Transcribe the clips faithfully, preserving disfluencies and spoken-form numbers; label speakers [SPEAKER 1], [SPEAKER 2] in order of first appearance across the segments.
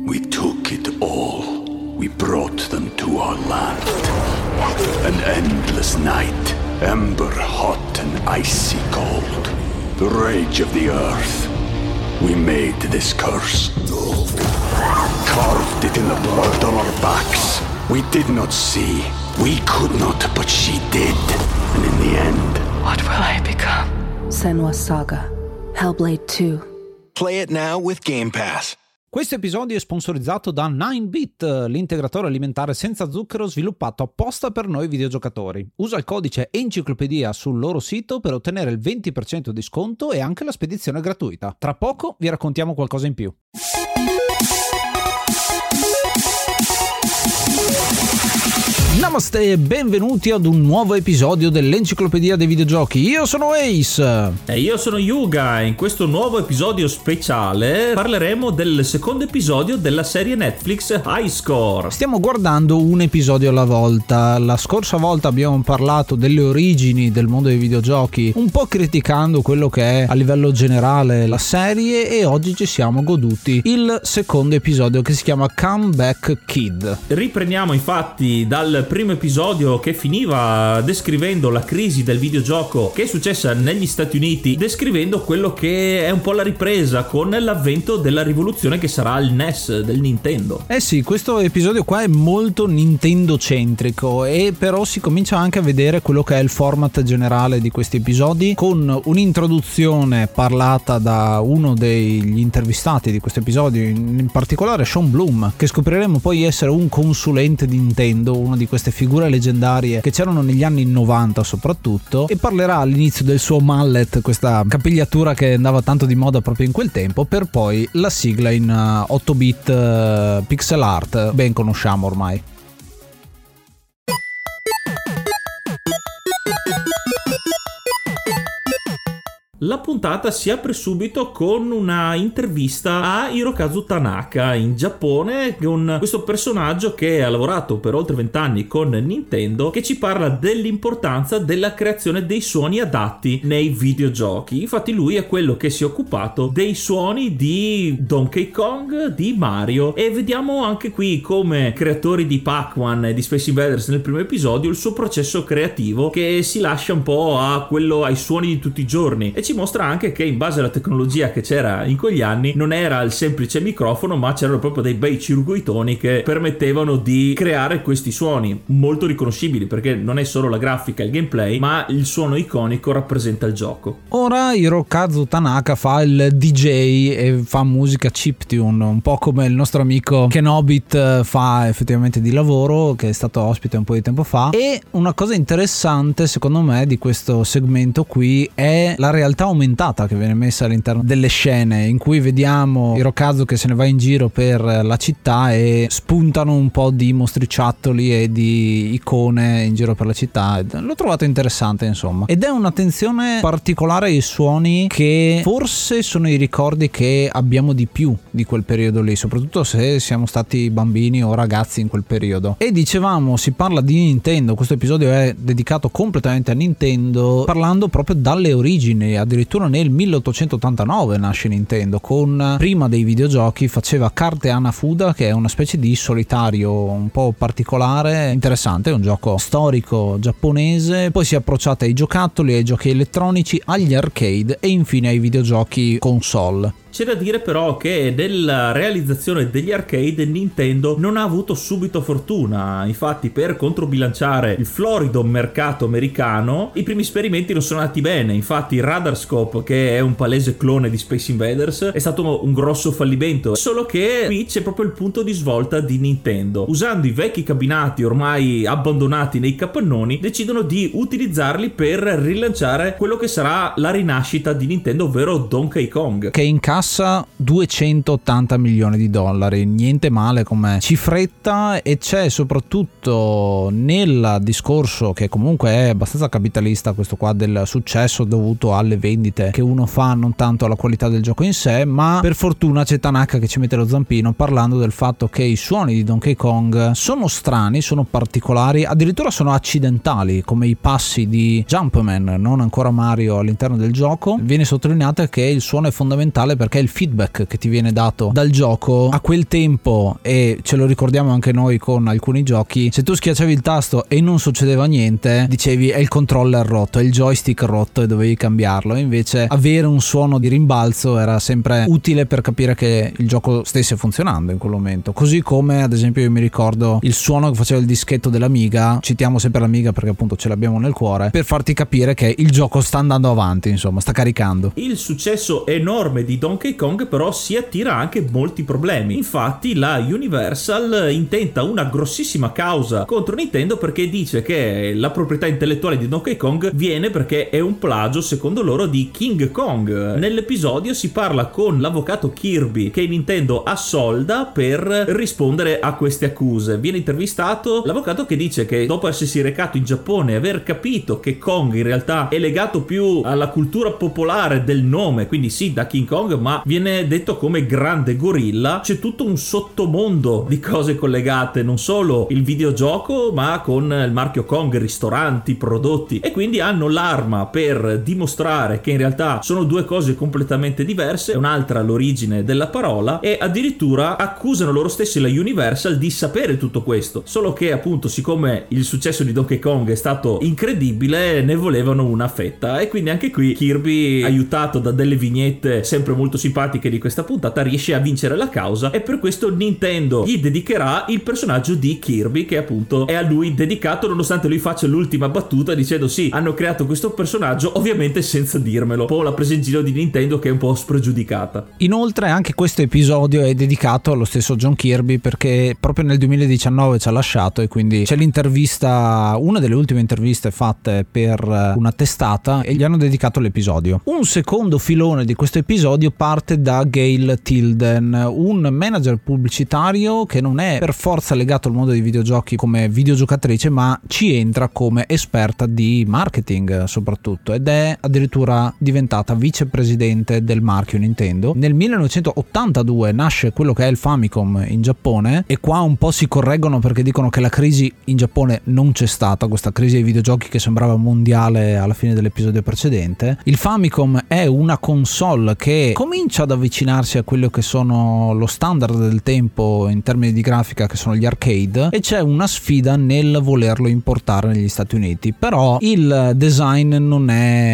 [SPEAKER 1] We took it all. We brought them to our land. An endless night, ember hot and icy cold. The rage of the earth. We made this curse. Carved it in the blood on our backs. We did not see. We could not, but she did. And in the end...
[SPEAKER 2] What will I become?
[SPEAKER 3] Senua's Saga. Hellblade two.
[SPEAKER 4] Play it now with Game Pass.
[SPEAKER 5] Questo episodio è sponsorizzato da nine bit, l'integratore alimentare senza zucchero sviluppato apposta per noi videogiocatori. Usa il codice enciclopedia sul loro sito per ottenere il venti per cento di sconto e anche la spedizione gratuita. Tra poco vi raccontiamo qualcosa in più. Namaste e benvenuti ad un nuovo episodio dell'Enciclopedia dei Videogiochi. Io sono Ace.
[SPEAKER 6] E io sono Yuga e in questo nuovo episodio speciale parleremo del secondo episodio della serie Netflix High Score.
[SPEAKER 5] Stiamo guardando un episodio alla volta. La scorsa volta abbiamo parlato delle origini del mondo dei videogiochi, un po' criticando quello che è a livello generale la serie, e oggi ci siamo goduti il secondo episodio che si chiama Comeback Kid.
[SPEAKER 6] Riprendiamo infatti dal primo episodio che finiva descrivendo la crisi del videogioco che è successa negli Stati Uniti, descrivendo quello che è un po' la ripresa con l'avvento della rivoluzione che sarà il N E S del Nintendo.
[SPEAKER 5] Eh sì, questo episodio qua è molto Nintendo centrico, e però si comincia anche a vedere quello che è il format generale di questi episodi, con un'introduzione parlata da uno degli intervistati di questo episodio, in particolare Sean Bloom, che scopriremo poi essere un consulente di Nintendo, uno di queste figure leggendarie che c'erano negli anni novanta soprattutto, e parlerà all'inizio del suo mallet, questa capigliatura che andava tanto di moda proprio in quel tempo, per poi la sigla in uh, otto bit uh, pixel art, ben conosciamo ormai.
[SPEAKER 6] La puntata si apre subito con una intervista a Hirokazu Tanaka in Giappone, con questo personaggio che ha lavorato per oltre vent'anni con Nintendo, che ci parla dell'importanza della creazione dei suoni adatti nei videogiochi. Infatti lui è quello che si è occupato dei suoni di Donkey Kong, di Mario, e vediamo anche qui come creatori di Pac-Man e di Space Invaders nel primo episodio il suo processo creativo, che si lascia un po' a quello, ai suoni di tutti i giorni, e ci mostra anche che in base alla tecnologia che c'era in quegli anni non era il semplice microfono, ma c'erano proprio dei bei circuitoni che permettevano di creare questi suoni molto riconoscibili, perché non è solo la grafica e il gameplay, ma il suono iconico rappresenta il gioco.
[SPEAKER 5] Ora Hirokazu Tanaka fa il D J e fa musica chiptune, un po' come il nostro amico Kenobit fa effettivamente di lavoro, che è stato ospite un po' di tempo fa. E una cosa interessante secondo me di questo segmento qui è la realtà aumentata che viene messa all'interno delle scene, in cui vediamo Hirokazu che se ne va in giro per la città e spuntano un po' di mostriciattoli e di icone in giro per la città. L'ho trovato interessante, insomma, ed è un'attenzione particolare ai suoni che forse sono i ricordi che abbiamo di più di quel periodo lì, soprattutto se siamo stati bambini o ragazzi in quel periodo. E dicevamo, si parla di Nintendo, questo episodio è dedicato completamente a Nintendo, parlando proprio dalle origini. Addirittura nel milleottocentottantanove nasce Nintendo, con, prima dei videogiochi, faceva carte Hanafuda, che è una specie di solitario un po' particolare, interessante, è un gioco storico giapponese. Poi si è approcciata ai giocattoli, ai giochi elettronici, agli arcade e infine ai videogiochi console.
[SPEAKER 6] C'è da dire però che nella realizzazione degli arcade Nintendo non ha avuto subito fortuna. Infatti, per controbilanciare il florido mercato americano, i primi esperimenti non sono andati bene. Infatti Radarscope, che è un palese clone di Space Invaders, è stato un grosso fallimento. Solo che qui c'è proprio il punto di svolta di Nintendo. Usando i vecchi cabinati ormai abbandonati nei capannoni, decidono di utilizzarli per rilanciare quello che sarà la rinascita di Nintendo, ovvero Donkey Kong,
[SPEAKER 5] che in casa duecentottanta milioni di dollari, niente male come cifretta. E c'è soprattutto nel discorso, che comunque è abbastanza capitalista questo qua, del successo dovuto alle vendite che uno fa, non tanto alla qualità del gioco in sé, ma per fortuna c'è Tanaka che ci mette lo zampino parlando del fatto che i suoni di Donkey Kong sono strani, sono particolari, addirittura sono accidentali, come i passi di Jumpman, non ancora Mario, all'interno del gioco. Viene sottolineato che il suono è fondamentale perché perché il feedback che ti viene dato dal gioco a quel tempo, e ce lo ricordiamo anche noi con alcuni giochi, se tu schiacciavi il tasto e non succedeva niente dicevi è il controller rotto, è il joystick rotto e dovevi cambiarlo. Invece avere un suono di rimbalzo era sempre utile per capire che il gioco stesse funzionando in quel momento. Così come ad esempio io mi ricordo il suono che faceva il dischetto dell'Amiga, citiamo sempre l'Amiga perché appunto ce l'abbiamo nel cuore, per farti capire che il gioco sta andando avanti, insomma sta caricando.
[SPEAKER 6] Il successo enorme di Donkey Kong però si attira anche molti problemi. Infatti la Universal intenta una grossissima causa contro Nintendo perché dice che la proprietà intellettuale di Donkey Kong viene perché è un plagio secondo loro di King Kong. Nell'episodio si parla con l'avvocato Kirby che Nintendo assolda per rispondere a queste accuse. Viene intervistato l'avvocato che dice che dopo essersi recato in Giappone e aver capito che Kong in realtà è legato più alla cultura popolare del nome, quindi sì da King Kong, ma viene detto come grande gorilla, c'è tutto un sottomondo di cose collegate, non solo il videogioco ma con il marchio Kong, ristoranti, prodotti, e quindi hanno l'arma per dimostrare che in realtà sono due cose completamente diverse, un'altra l'origine della parola, e addirittura accusano loro stessi la Universal di sapere tutto questo, solo che appunto siccome il successo di Donkey Kong è stato incredibile ne volevano una fetta. E quindi anche qui Kirby, aiutato da delle vignette sempre molto simpatiche di questa puntata, riesce a vincere la causa e per questo Nintendo gli dedicherà il personaggio di Kirby che appunto è a lui dedicato, nonostante lui faccia l'ultima battuta dicendo sì, hanno creato questo personaggio ovviamente senza dirmelo. Un po' la presa in giro di Nintendo che è un po' spregiudicata.
[SPEAKER 5] Inoltre anche questo episodio è dedicato allo stesso John Kirby perché proprio nel duemiladiciannove ci ha lasciato e quindi c'è l'intervista, una delle ultime interviste fatte per una testata e gli hanno dedicato l'episodio. Un secondo filone di questo episodio parte da Gail Tilden, un manager pubblicitario che non è per forza legato al mondo dei videogiochi come videogiocatrice ma ci entra come esperta di marketing soprattutto, ed è addirittura diventata vicepresidente del marchio Nintendo. Nel millenovecentottantadue nasce quello che è il Famicom in Giappone e qua un po' si correggono perché dicono che la crisi in Giappone non c'è stata, questa crisi dei videogiochi che sembrava mondiale alla fine dell'episodio precedente. Il Famicom è una console che comincia ad avvicinarsi a quello che sono lo standard del tempo in termini di grafica, che sono gli arcade, e c'è una sfida nel volerlo importare negli Stati Uniti, però il design non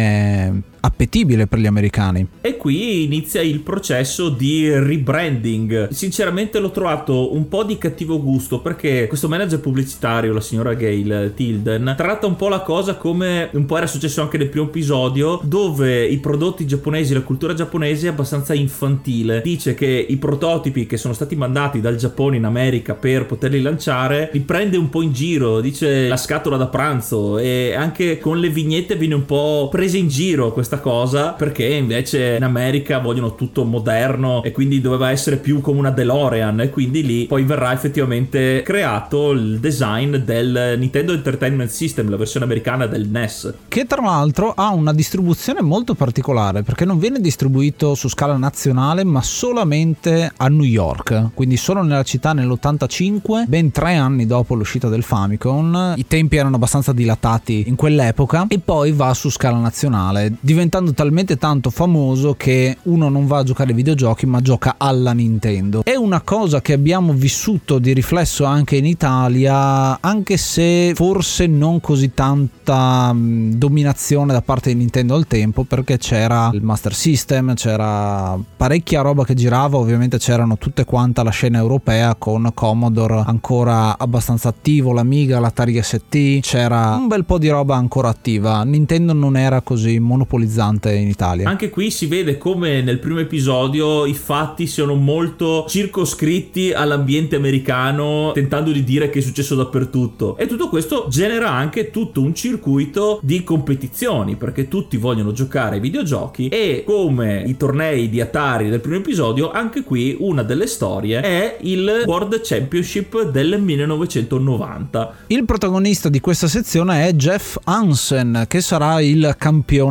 [SPEAKER 5] è appetibile per gli americani.
[SPEAKER 6] E qui inizia il processo di rebranding. Sinceramente l'ho trovato un po' di cattivo gusto perché questo manager pubblicitario, la signora Gail Tilden, tratta un po' la cosa come un po' era successo anche nel primo episodio, dove i prodotti giapponesi, la cultura giapponese è abbastanza infantile. Dice che i prototipi che sono stati mandati dal Giappone in America per poterli lanciare li prende un po' in giro, dice la scatola da pranzo, e anche con le vignette viene un po' presa in giro questa cosa perché invece in America vogliono tutto moderno e quindi doveva essere più come una DeLorean, e quindi lì poi verrà effettivamente creato il design del Nintendo Entertainment System, la versione americana del N E S,
[SPEAKER 5] che tra l'altro ha una distribuzione molto particolare perché non viene distribuito su scala nazionale ma solamente a New York, quindi solo nella città nell'ottantacinque, ben tre anni dopo l'uscita del Famicom. I tempi erano abbastanza dilatati in quell'epoca, e poi va su scala nazionale diventando talmente tanto famoso che uno non va a giocare ai videogiochi ma gioca alla Nintendo. È una cosa che abbiamo vissuto di riflesso anche in Italia, anche se forse non così tanta mh, dominazione da parte di Nintendo al tempo, perché c'era il Master System, c'era parecchia roba che girava, ovviamente c'erano tutte quanta la scena europea con Commodore ancora abbastanza attivo, l'Amiga, l'Atari S T, c'era un bel po' di roba ancora attiva. Nintendo non era così monopolizzante in Italia.
[SPEAKER 6] Anche qui si vede come nel primo episodio i fatti siano molto circoscritti all'ambiente americano, tentando di dire che è successo dappertutto, e tutto questo genera anche tutto un circuito di competizioni perché tutti vogliono giocare ai videogiochi, e come i tornei di Atari del primo episodio anche qui una delle storie è il World Championship del millenovecentonovanta.
[SPEAKER 5] Il protagonista di questa sezione è Jeff Hansen, che sarà il campione proprio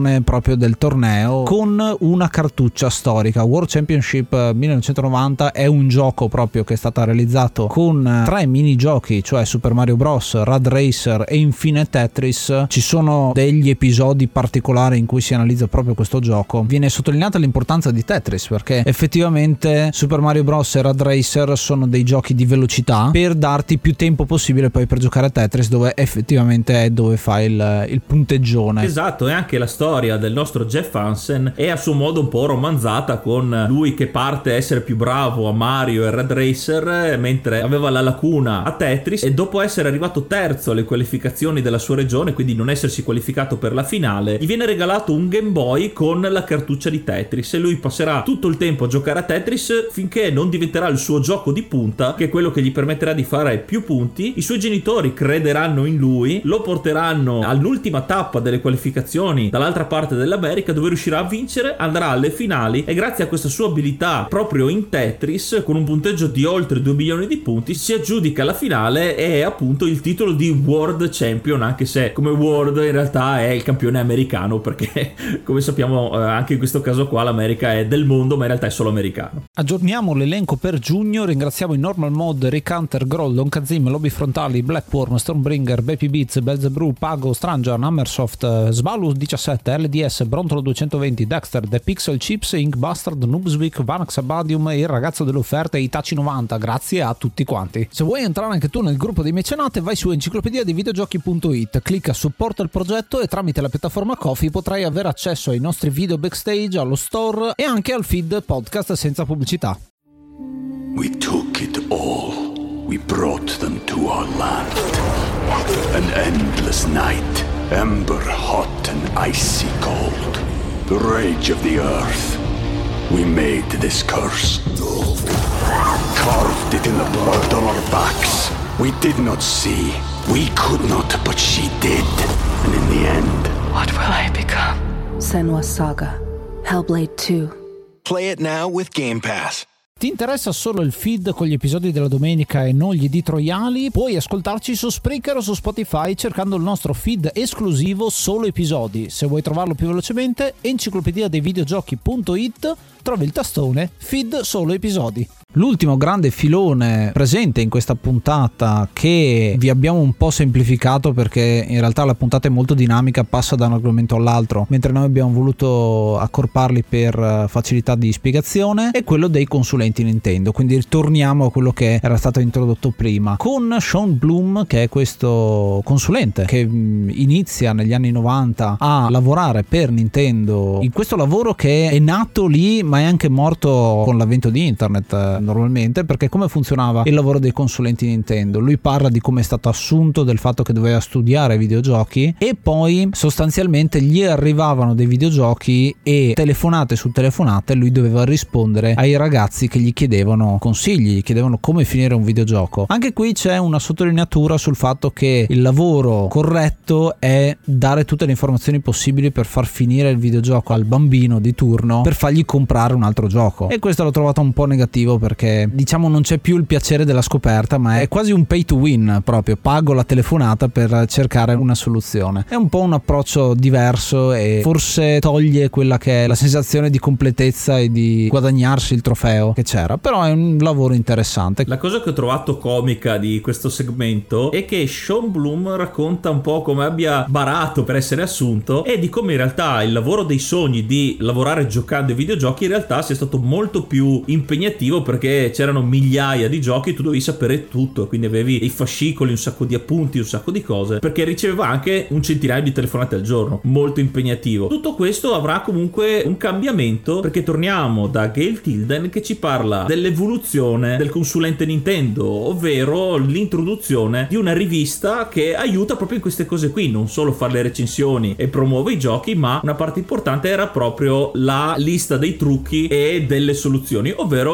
[SPEAKER 5] proprio del torneo con una cartuccia storica. World Championship millenovecentonovanta è un gioco proprio che è stato realizzato con tre minigiochi, cioè Super Mario Bros, Rad Racer e infine Tetris. Ci sono degli episodi particolari in cui si analizza proprio questo gioco. Viene sottolineata l'importanza di Tetris perché effettivamente Super Mario Bros e Rad Racer sono dei giochi di velocità per darti più tempo possibile poi per giocare a Tetris, dove effettivamente è dove fa il, il punteggione.
[SPEAKER 6] Esatto, e anche la storia del nostro Jeff Hansen è a suo modo un po' romanzata, con lui che parte a essere più bravo a Mario e Rad Racer mentre aveva la lacuna a Tetris, e dopo essere arrivato terzo alle qualificazioni della sua regione, quindi non essersi qualificato per la finale, gli viene regalato un Game Boy con la cartuccia di Tetris e lui passerà tutto il tempo a giocare a Tetris finché non diventerà il suo gioco di punta, che è quello che gli permetterà di fare più punti. I suoi genitori crederanno in lui, lo porteranno all'ultima tappa delle qualificazioni dall'altra parte dell'America, dove riuscirà a vincere, andrà alle finali e grazie a questa sua abilità proprio in Tetris, con un punteggio di oltre due milioni di punti, si aggiudica la finale e è appunto il titolo di World Champion, anche se come World in realtà è il campione americano, perché come sappiamo anche in questo caso qua l'America è del mondo ma in realtà è solo americano.
[SPEAKER 5] Aggiorniamo l'elenco per giugno. Ringraziamo in normal mode Rick Hunter, Groll, Don Kazim, Lobby Frontali, Blackworm, Stormbringer, Baby Beats, Belzebrew, Pago, Stranger, Hammersoft, Svalus diciassette, L D S, Brontolo duecentoventi, Dexter, The Pixel Chips, Ink Bastard, Noobswick, Vanax Abadium e il ragazzo delle offerte Itachi novanta. Grazie a tutti quanti. Se vuoi entrare anche tu nel gruppo dei mecenate, vai su enciclopedia dei videogiochi punto it, clicca supporta il progetto e tramite la piattaforma Ko-fi potrai avere accesso ai nostri video backstage, allo store e anche al feed podcast senza pubblicità.
[SPEAKER 1] We took it all. We brought them to our land. An endless night, ember hot and icy cold. The rage of the earth. We made this curse. Carved it in the blood on our backs. We did not see. We could not, but she did. And in the end,
[SPEAKER 3] What will I become? Senua's Saga. Hellblade two.
[SPEAKER 4] Play it now with Game Pass.
[SPEAKER 5] Ti interessa solo il feed con gli episodi della domenica e non gli editoriali? Puoi ascoltarci su Spreaker o su Spotify cercando il nostro feed esclusivo Solo Episodi. Se vuoi trovarlo più velocemente, enciclopedia dei videogiochi punto it, trovi il tastone Feed Solo Episodi. L'ultimo grande filone presente in questa puntata, che vi abbiamo un po' semplificato perché in realtà la puntata è molto dinamica, passa da un argomento all'altro, mentre noi abbiamo voluto accorparli per facilità di spiegazione, è quello dei consulenti Nintendo. Quindi ritorniamo a quello che era stato introdotto prima con Sean Bloom, che è questo consulente che inizia negli anni novanta a lavorare per Nintendo, in questo lavoro che è nato lì ma è anche morto con l'avvento di internet normalmente, perché come funzionava il lavoro dei consulenti Nintendo? Lui parla di come è stato assunto, del fatto che doveva studiare videogiochi e poi sostanzialmente gli arrivavano dei videogiochi e telefonate su telefonate lui doveva rispondere ai ragazzi che gli chiedevano consigli, gli chiedevano come finire un videogioco. Anche qui c'è una sottolineatura sul fatto che il lavoro corretto è dare tutte le informazioni possibili per far finire il videogioco al bambino di turno, per fargli comprare un altro gioco, e questo l'ho trovato un po' negativo perché diciamo non c'è più il piacere della scoperta, ma è quasi un pay to win, proprio pago la telefonata per cercare una soluzione. È un po' un approccio diverso e forse toglie quella che è la sensazione di completezza e di guadagnarsi il trofeo che c'era, però è un lavoro interessante.
[SPEAKER 6] La cosa che ho trovato comica di questo segmento è che Sean Bloom racconta un po' come abbia barato per essere assunto e di come in realtà il lavoro dei sogni di lavorare giocando ai videogiochi in realtà sia stato molto più impegnativo, perché c'erano migliaia di giochi, tu dovevi sapere tutto, quindi avevi dei fascicoli, un sacco di appunti, un sacco di cose, perché riceveva anche un centinaio di telefonate al giorno, molto impegnativo. Tutto questo avrà comunque un cambiamento, perché torniamo da Gail Tilden che ci parla dell'evoluzione del consulente Nintendo, ovvero l'introduzione di una rivista che aiuta proprio in queste cose qui, non solo fare le recensioni e promuove i giochi, ma una parte importante era proprio la lista dei trucchi e delle soluzioni, ovvero il famosissimo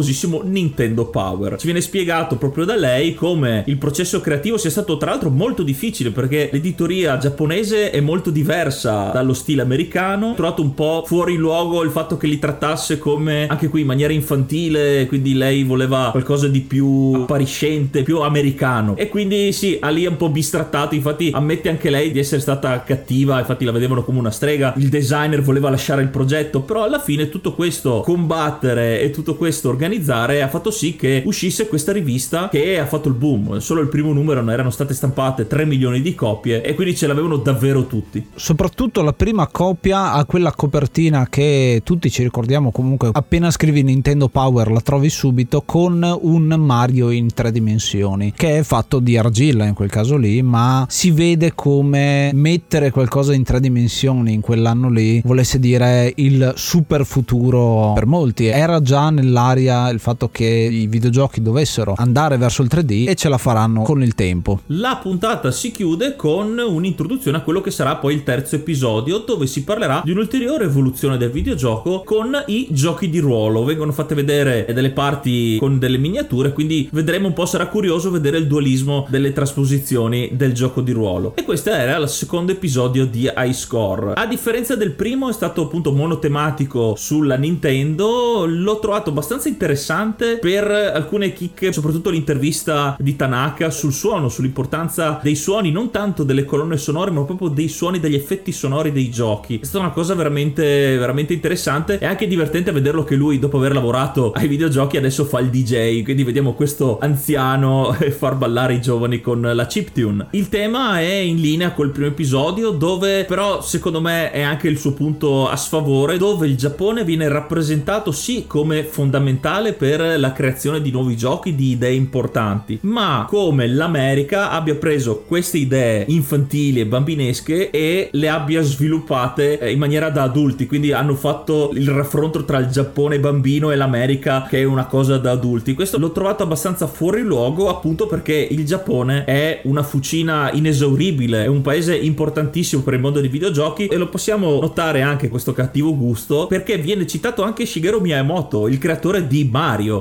[SPEAKER 6] famosissimo Nintendo Power. Ci viene spiegato proprio da lei come il processo creativo sia stato tra l'altro molto difficile, perché l'editoria giapponese è molto diversa dallo stile americano. Ho trovato un po' fuori luogo il fatto che li trattasse come, anche qui in maniera infantile, quindi lei voleva qualcosa di più appariscente, più americano, e quindi sì, ha lì un po' bistrattato. Infatti ammette anche lei di essere stata cattiva, infatti la vedevano come una strega, il designer voleva lasciare il progetto, però alla fine tutto questo combattere e tutto questo organizzare ha fatto sì che uscisse questa rivista che ha fatto il boom. Solo il primo numero ne erano state stampate tre milioni di copie e quindi ce l'avevano davvero tutti.
[SPEAKER 5] Soprattutto la prima copia ha quella copertina che tutti ci ricordiamo, comunque appena scrivi Nintendo Power la trovi subito, con un Mario in tre dimensioni che è fatto di argilla in quel caso lì, ma si vede come mettere qualcosa in tre dimensioni in quell'anno lì volesse dire il super futuro per molti. Era già nell'aria il fatto che i videogiochi dovessero andare verso il tre D e ce la faranno con il tempo.
[SPEAKER 6] La puntata si chiude con un'introduzione a quello che sarà poi il terzo episodio, dove si parlerà di un'ulteriore evoluzione del videogioco con i giochi di ruolo. Vengono fatte vedere delle parti con delle miniature, quindi vedremo un po', sarà curioso vedere il dualismo delle trasposizioni del gioco di ruolo. E questo era il secondo episodio di High Score. A differenza del primo, è stato appunto monotematico sulla Nintendo. L'ho trovato abbastanza interessante per alcune chicche, soprattutto l'intervista di Tanaka sul suono, sull'importanza dei suoni, non tanto delle colonne sonore ma proprio dei suoni, degli effetti sonori dei giochi. È stata una cosa veramente veramente interessante e anche divertente vederlo che lui, dopo aver lavorato ai videogiochi, adesso fa il D J, quindi vediamo questo anziano far ballare i giovani con la chiptune. Il tema è in linea col primo episodio, dove però secondo me è anche il suo punto a sfavore, dove il Giappone viene rappresentato sì come fondamentale per la creazione di nuovi giochi, di idee importanti, ma come l'America abbia preso queste idee infantili e bambinesche e le abbia sviluppate in maniera da adulti, quindi hanno fatto il raffronto tra il Giappone bambino e l'America che è una cosa da adulti. Questo l'ho trovato abbastanza fuori luogo, appunto perché il Giappone è una fucina inesauribile, è un paese importantissimo per il mondo dei videogiochi, e lo possiamo notare anche questo cattivo gusto perché viene citato anche Shigeru Miyamoto, il creatore di Mario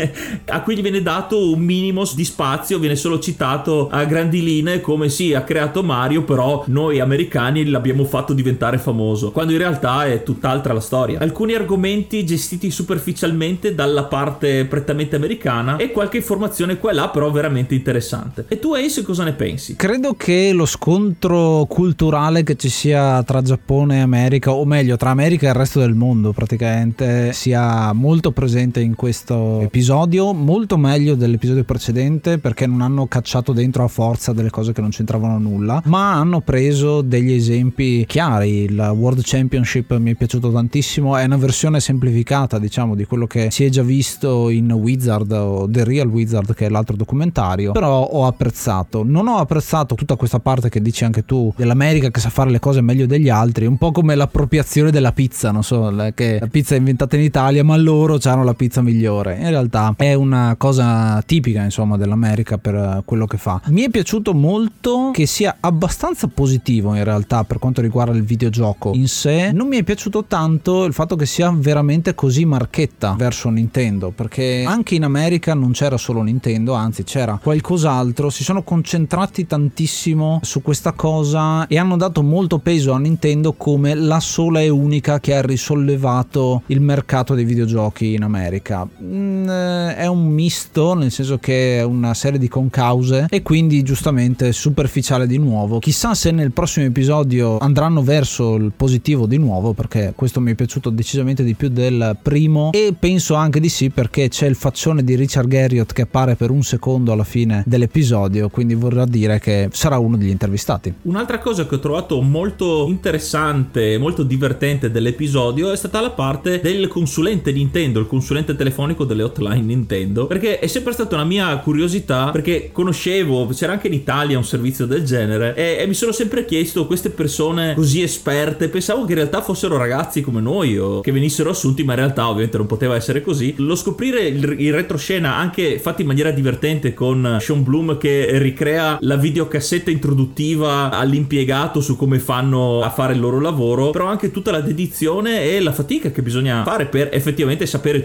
[SPEAKER 6] a cui gli viene dato un minimo di spazio, viene solo citato a grandi linee come sì, ha creato Mario, però noi americani l'abbiamo fatto diventare famoso, quando in realtà è tutt'altra la storia. Alcuni argomenti gestiti superficialmente dalla parte prettamente americana e qualche informazione qua e là però veramente interessante. E tu, Ace, cosa ne pensi?
[SPEAKER 5] Credo che lo scontro culturale che ci sia tra Giappone e America, o meglio tra America e il resto del mondo praticamente, sia molto presente in questo episodio, molto meglio dell'episodio precedente, perché non hanno cacciato dentro a forza delle cose che non c'entravano nulla, ma hanno preso degli esempi chiari. Il World Championship mi è piaciuto tantissimo, è una versione semplificata diciamo di quello che si è già visto in Wizard o The Real Wizard, che è l'altro documentario, però ho apprezzato. Non ho apprezzato tutta questa parte che dici anche tu dell'America che sa fare le cose meglio degli altri, un po' come l'appropriazione della pizza, non so, che la pizza è inventata in Italia ma loro hanno la pizza migliore. In realtà è una cosa tipica insomma dell'America per quello che fa. Mi è piaciuto molto che sia abbastanza positivo in realtà per quanto riguarda il videogioco in sé. Non mi è piaciuto tanto il fatto che sia veramente così marchetta verso Nintendo, perché anche in America non c'era solo Nintendo, anzi c'era qualcos'altro. Si sono concentrati tantissimo su questa cosa e hanno dato molto peso a Nintendo come la sola e unica che ha risollevato il mercato dei videogiochi in America. Mm, è un misto, nel senso che è una serie di concause e quindi giustamente superficiale di nuovo. Chissà se nel prossimo episodio andranno verso il positivo di nuovo, perché questo mi è piaciuto decisamente di più del primo, e penso anche di sì perché c'è il faccione di Richard Garriott che appare per un secondo alla fine dell'episodio, quindi vorrà dire che sarà uno degli intervistati.
[SPEAKER 6] Un'altra cosa che ho trovato molto interessante, molto divertente dell'episodio è stata la parte del consulente Nintendo, il consulente telefonico delle hotline Nintendo, perché è sempre stata una mia curiosità, perché conoscevo, c'era anche in Italia un servizio del genere e, e mi sono sempre chiesto, queste persone così esperte, pensavo che in realtà fossero ragazzi come noi o che venissero assunti, ma in realtà ovviamente non poteva essere così. Lo scoprire il, il retroscena anche fatto in maniera divertente con Sean Bloom che ricrea la videocassetta introduttiva all'impiegato su come fanno a fare il loro lavoro, però anche tutta la dedizione e la fatica che bisogna fare per effettivamente sapere tutto, essere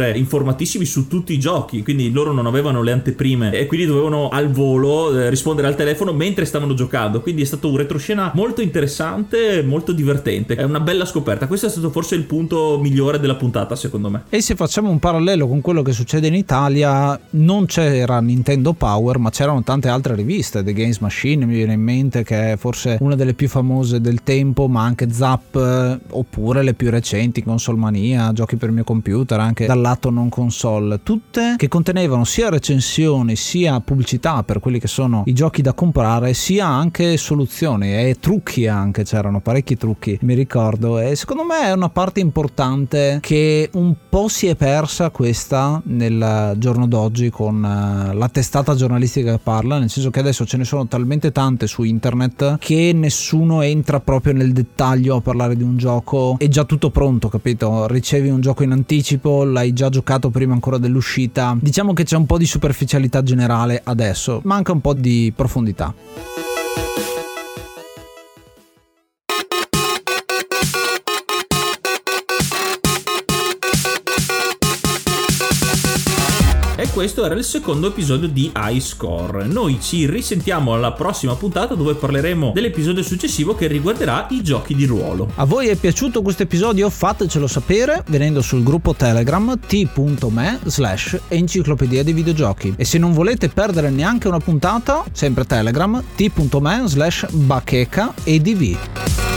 [SPEAKER 6] essere informatissimi su tutti i giochi, quindi loro non avevano le anteprime e quindi dovevano al volo eh, rispondere al telefono mentre stavano giocando, quindi è stato un retroscena molto interessante, molto divertente, è una bella scoperta. Questo è stato forse il punto migliore della puntata, secondo me.
[SPEAKER 5] E se facciamo un parallelo con quello che succede in Italia, non c'era Nintendo Power, ma c'erano tante altre riviste. The Games Machine mi viene in mente, che è forse una delle più famose del tempo, ma anche Zap, oppure le più recenti, Console Mania, giochi per il mio computer, anche dal lato non console, tutte che contenevano sia recensioni sia pubblicità per quelli che sono i giochi da comprare, sia anche soluzioni e trucchi, anche c'erano parecchi trucchi, mi ricordo, e secondo me è una parte importante che un po' si è persa questa nel giorno d'oggi con la testata giornalistica che parla, nel senso che adesso ce ne sono talmente tante su internet che nessuno entra proprio nel dettaglio a parlare di un gioco, è già tutto pronto, capito? Ricevi un gioco in anticipo, l'hai già giocato prima ancora dell'uscita. Diciamo che c'è un po' di superficialità generale adesso, manca un po' di profondità.
[SPEAKER 6] E questo era il secondo episodio di iScore. Noi ci risentiamo alla prossima puntata, dove parleremo dell'episodio successivo che riguarderà i giochi di ruolo.
[SPEAKER 5] A voi è piaciuto questo episodio? Fatecelo sapere venendo sul gruppo Telegram t.me slash enciclopedia dei videogiochi. E se non volete perdere neanche una puntata, sempre Telegram t.me slash bacheca edv.